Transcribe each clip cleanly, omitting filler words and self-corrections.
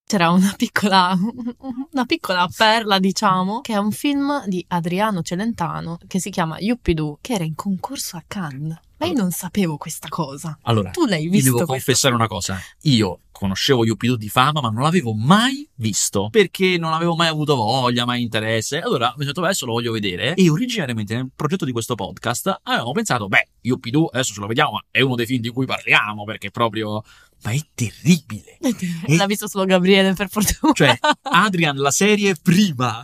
C'era una piccola perla, diciamo, che è un film di Adriano Celentano che si chiama Yuppidoo, che era in concorso a Cannes. Ma io non sapevo questa cosa. Allora, tu l'hai visto? Io devo confessare una cosa. Io conoscevo Yuppidoo di fama, ma non l'avevo mai visto perché non avevo mai avuto voglia, mai interesse. Allora mi sono detto, adesso lo voglio vedere. E originariamente nel progetto di questo podcast avevamo pensato, Yuppidoo adesso ce lo vediamo, ma è uno dei film di cui parliamo perché proprio... Ma è terribile. L'ha visto solo Gabriele, per fortuna. Cioè, Adrian, la serie prima.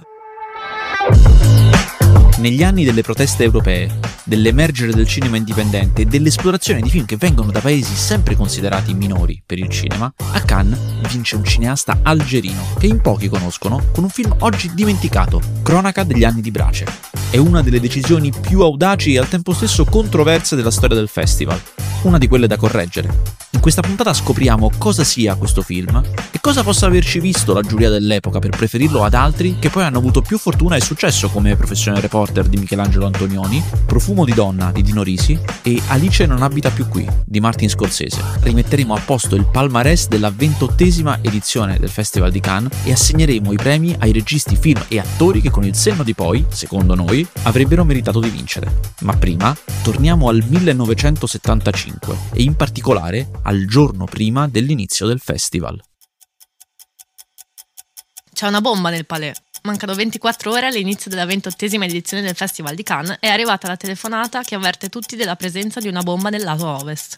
Negli anni delle proteste europee, dell'emergere del cinema indipendente e dell'esplorazione di film che vengono da paesi sempre considerati minori per il cinema, a Cannes vince un cineasta algerino che in pochi conoscono con un film oggi dimenticato, Cronaca degli anni di Brace. È una delle decisioni più audaci e al tempo stesso controverse della storia del festival, una di quelle da correggere. In questa puntata scopriamo cosa sia questo film e cosa possa averci visto la giuria dell'epoca per preferirlo ad altri che poi hanno avuto più fortuna e successo come Professione Reporter di Michelangelo Antonioni, Profumo di donna di Dino Risi e Alice non abita più qui di Martin Scorsese. Rimetteremo a posto il palmarès della 28ª edizione del Festival di Cannes e assegneremo i premi ai registi, film e attori che con il senno di poi, secondo noi, avrebbero meritato di vincere. Ma prima torniamo al 1975 e in particolare al giorno prima dell'inizio del festival. C'è una bomba nel Palais. Mancano 24 ore all'inizio della 28ª edizione del Festival di Cannes e è arrivata la telefonata che avverte tutti della presenza di una bomba nel lato ovest.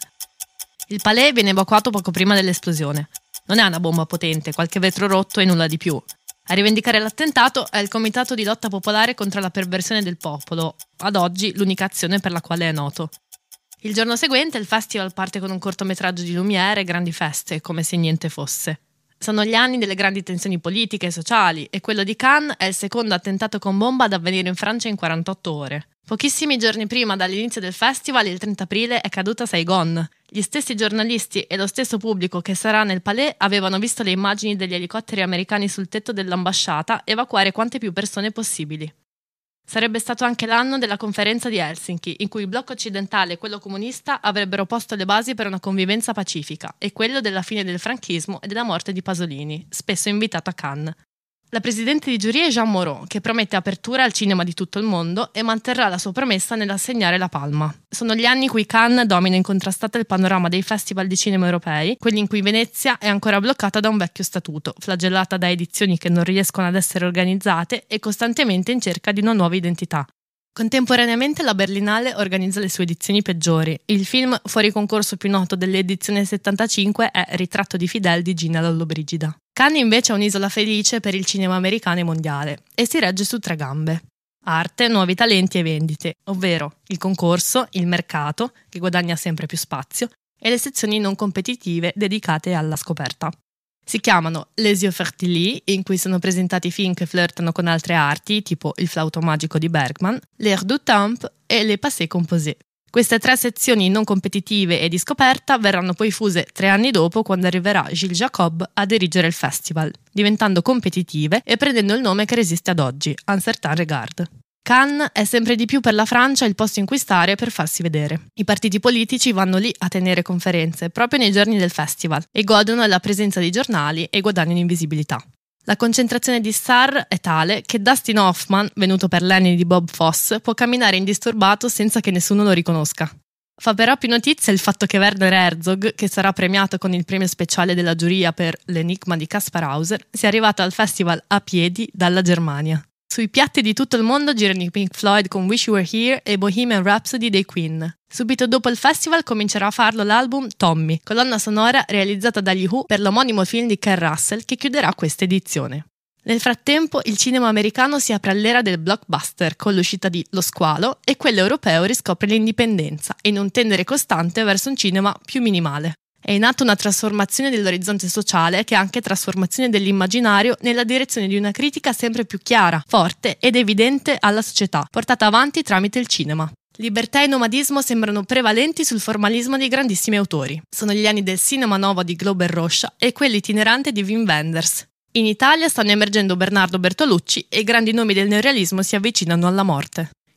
Il Palais viene evacuato poco prima dell'esplosione. Non è una bomba potente, qualche vetro rotto e nulla di più. A rivendicare l'attentato è il Comitato di lotta popolare contro la perversione del popolo, ad oggi l'unica azione per la quale è noto. Il giorno seguente il festival parte con un cortometraggio di Lumière e grandi feste, come se niente fosse. Sono gli anni delle grandi tensioni politiche e sociali e quello di Cannes è il secondo attentato con bomba ad avvenire in Francia in 48 ore. Pochissimi giorni prima dall'inizio del festival, il 30 aprile, è caduta Saigon. Gli stessi giornalisti e lo stesso pubblico che sarà nel Palais avevano visto le immagini degli elicotteri americani sul tetto dell'ambasciata evacuare quante più persone possibili. Sarebbe stato anche l'anno della conferenza di Helsinki, in cui il blocco occidentale e quello comunista avrebbero posto le basi per una convivenza pacifica, e quello della fine del franchismo e della morte di Pasolini, spesso invitato a Cannes. La presidente di giuria è Jean Moreau, che promette apertura al cinema di tutto il mondo e manterrà la sua promessa nell'assegnare la palma. Sono gli anni in cui Cannes domina incontrastata il panorama dei festival di cinema europei, quelli in cui Venezia è ancora bloccata da un vecchio statuto, flagellata da edizioni che non riescono ad essere organizzate e costantemente in cerca di una nuova identità. Contemporaneamente la Berlinale organizza le sue edizioni peggiori. Il film fuori concorso più noto dell'edizione 75 è Ritratto di Fidel di Gina Lollobrigida. Cannes invece è un'isola felice per il cinema americano e mondiale e si regge su 3 gambe. Arte, nuovi talenti e vendite, ovvero il concorso, il mercato, che guadagna sempre più spazio, e le sezioni non competitive dedicate alla scoperta. Si chiamano Les Yeux Fertili, in cui sono presentati film che flirtano con altre arti, tipo Il flauto magico di Bergman, L'Air du Temps e Les Passés Composés. Queste 3 sezioni non competitive e di scoperta verranno poi fuse 3 anni dopo, quando arriverà Gilles Jacob a dirigere il festival, diventando competitive e prendendo il nome che resiste ad oggi, Un certain regard. Cannes è sempre di più per la Francia il posto in cui stare per farsi vedere. I partiti politici vanno lì a tenere conferenze proprio nei giorni del festival e godono della presenza di giornali e guadagnano in visibilità. La concentrazione di star è tale che Dustin Hoffman, venuto per l'anni di Bob Fosse, può camminare indisturbato senza che nessuno lo riconosca. Fa però più notizia il fatto che Werner Herzog, che sarà premiato con il premio speciale della giuria per L'Enigma di Kaspar Hauser, sia arrivato al festival a piedi dalla Germania. Sui piatti di tutto il mondo girano i Pink Floyd con Wish You Were Here e Bohemian Rhapsody dei Queen. Subito dopo il festival comincerà a farlo l'album Tommy, colonna sonora realizzata dagli Who per l'omonimo film di Ken Russell che chiuderà questa edizione. Nel frattempo il cinema americano si apre all'era del blockbuster con l'uscita di Lo Squalo e quello europeo riscopre l'indipendenza in un tendere costante verso un cinema più minimale. È in atto una trasformazione dell'orizzonte sociale che è anche trasformazione dell'immaginario nella direzione di una critica sempre più chiara, forte ed evidente alla società, portata avanti tramite il cinema. Libertà e nomadismo sembrano prevalenti sul formalismo dei grandissimi autori. Sono gli anni del cinema nuovo di Glauber Rocha e quello itinerante di Wim Wenders. In Italia stanno emergendo Bernardo Bertolucci e i grandi nomi del neorealismo si avvicinano alla morte.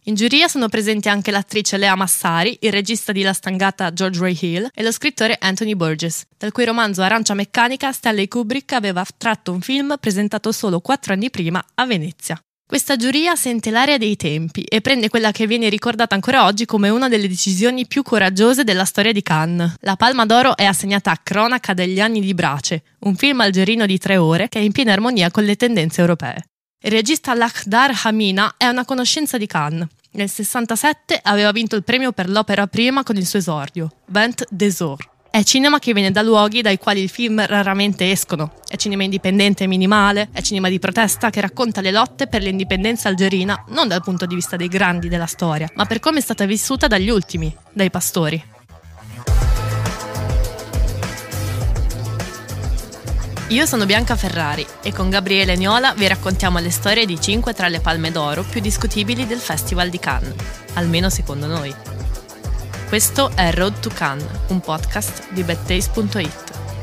In giuria sono presenti anche l'attrice Lea Massari, il regista di La Stangata George Ray Hill e lo scrittore Anthony Burgess, dal cui romanzo Arancia Meccanica Stanley Kubrick aveva tratto un film presentato solo 4 anni prima a Venezia. Questa giuria sente l'aria dei tempi e prende quella che viene ricordata ancora oggi come una delle decisioni più coraggiose della storia di Cannes. La Palma d'Oro è assegnata a Cronaca degli anni di Brace, un film algerino di 3 ore che è in piena armonia con le tendenze europee. Il regista Lakhdar Hamina è una conoscenza di Cannes. Nel 67 aveva vinto il premio per l'opera prima con il suo esordio, Vent des Ors. È cinema che viene da luoghi dai quali i film raramente escono. È cinema indipendente e minimale, è cinema di protesta che racconta le lotte per l'indipendenza algerina non dal punto di vista dei grandi della storia, ma per come è stata vissuta dagli ultimi, dai pastori. Io sono Bianca Ferrari e con Gabriele Niola vi raccontiamo le storie di 5 tra le palme d'oro più discutibili del Festival di Cannes, almeno secondo noi. Questo è Road to Cannes, un podcast di badtaste.it.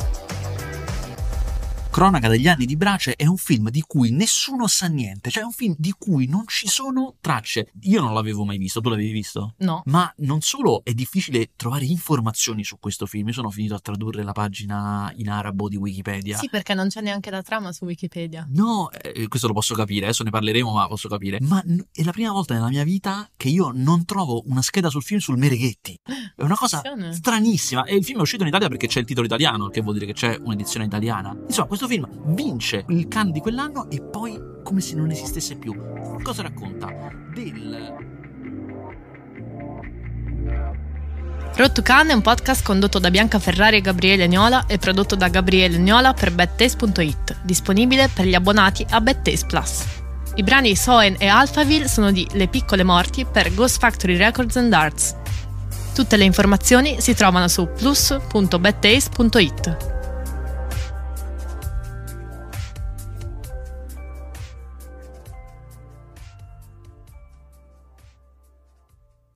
Cronaca degli anni di Brace è un film di cui nessuno sa niente, cioè è un film di cui non ci sono tracce. Io non l'avevo mai visto, tu l'avevi visto? No. Ma non solo è difficile trovare informazioni su questo film, io sono finito a tradurre la pagina in arabo di Wikipedia. Sì, perché non c'è neanche la trama su Wikipedia. No, questo lo posso capire, adesso ne parleremo, ma posso capire. Ma è la prima volta nella mia vita che io non trovo una scheda sul film sul Mereghetti. È una cosa stranissima. E il film è uscito in Italia perché c'è il titolo italiano, che vuol dire che c'è un'edizione italiana. Insomma, questo film vince il Cannes di quell'anno e poi come se non esistesse più. Cosa racconta? Road to Cannes è un podcast condotto da Bianca Ferrari e Gabriele Niola e prodotto da Gabriele Niola per badtaste.it, disponibile per gli abbonati a Badtaste Plus. I brani Soen e Alphaville sono di Le Piccole Morti per Ghost Factory Records and Arts. Tutte le informazioni si trovano su plus.badtaste.it.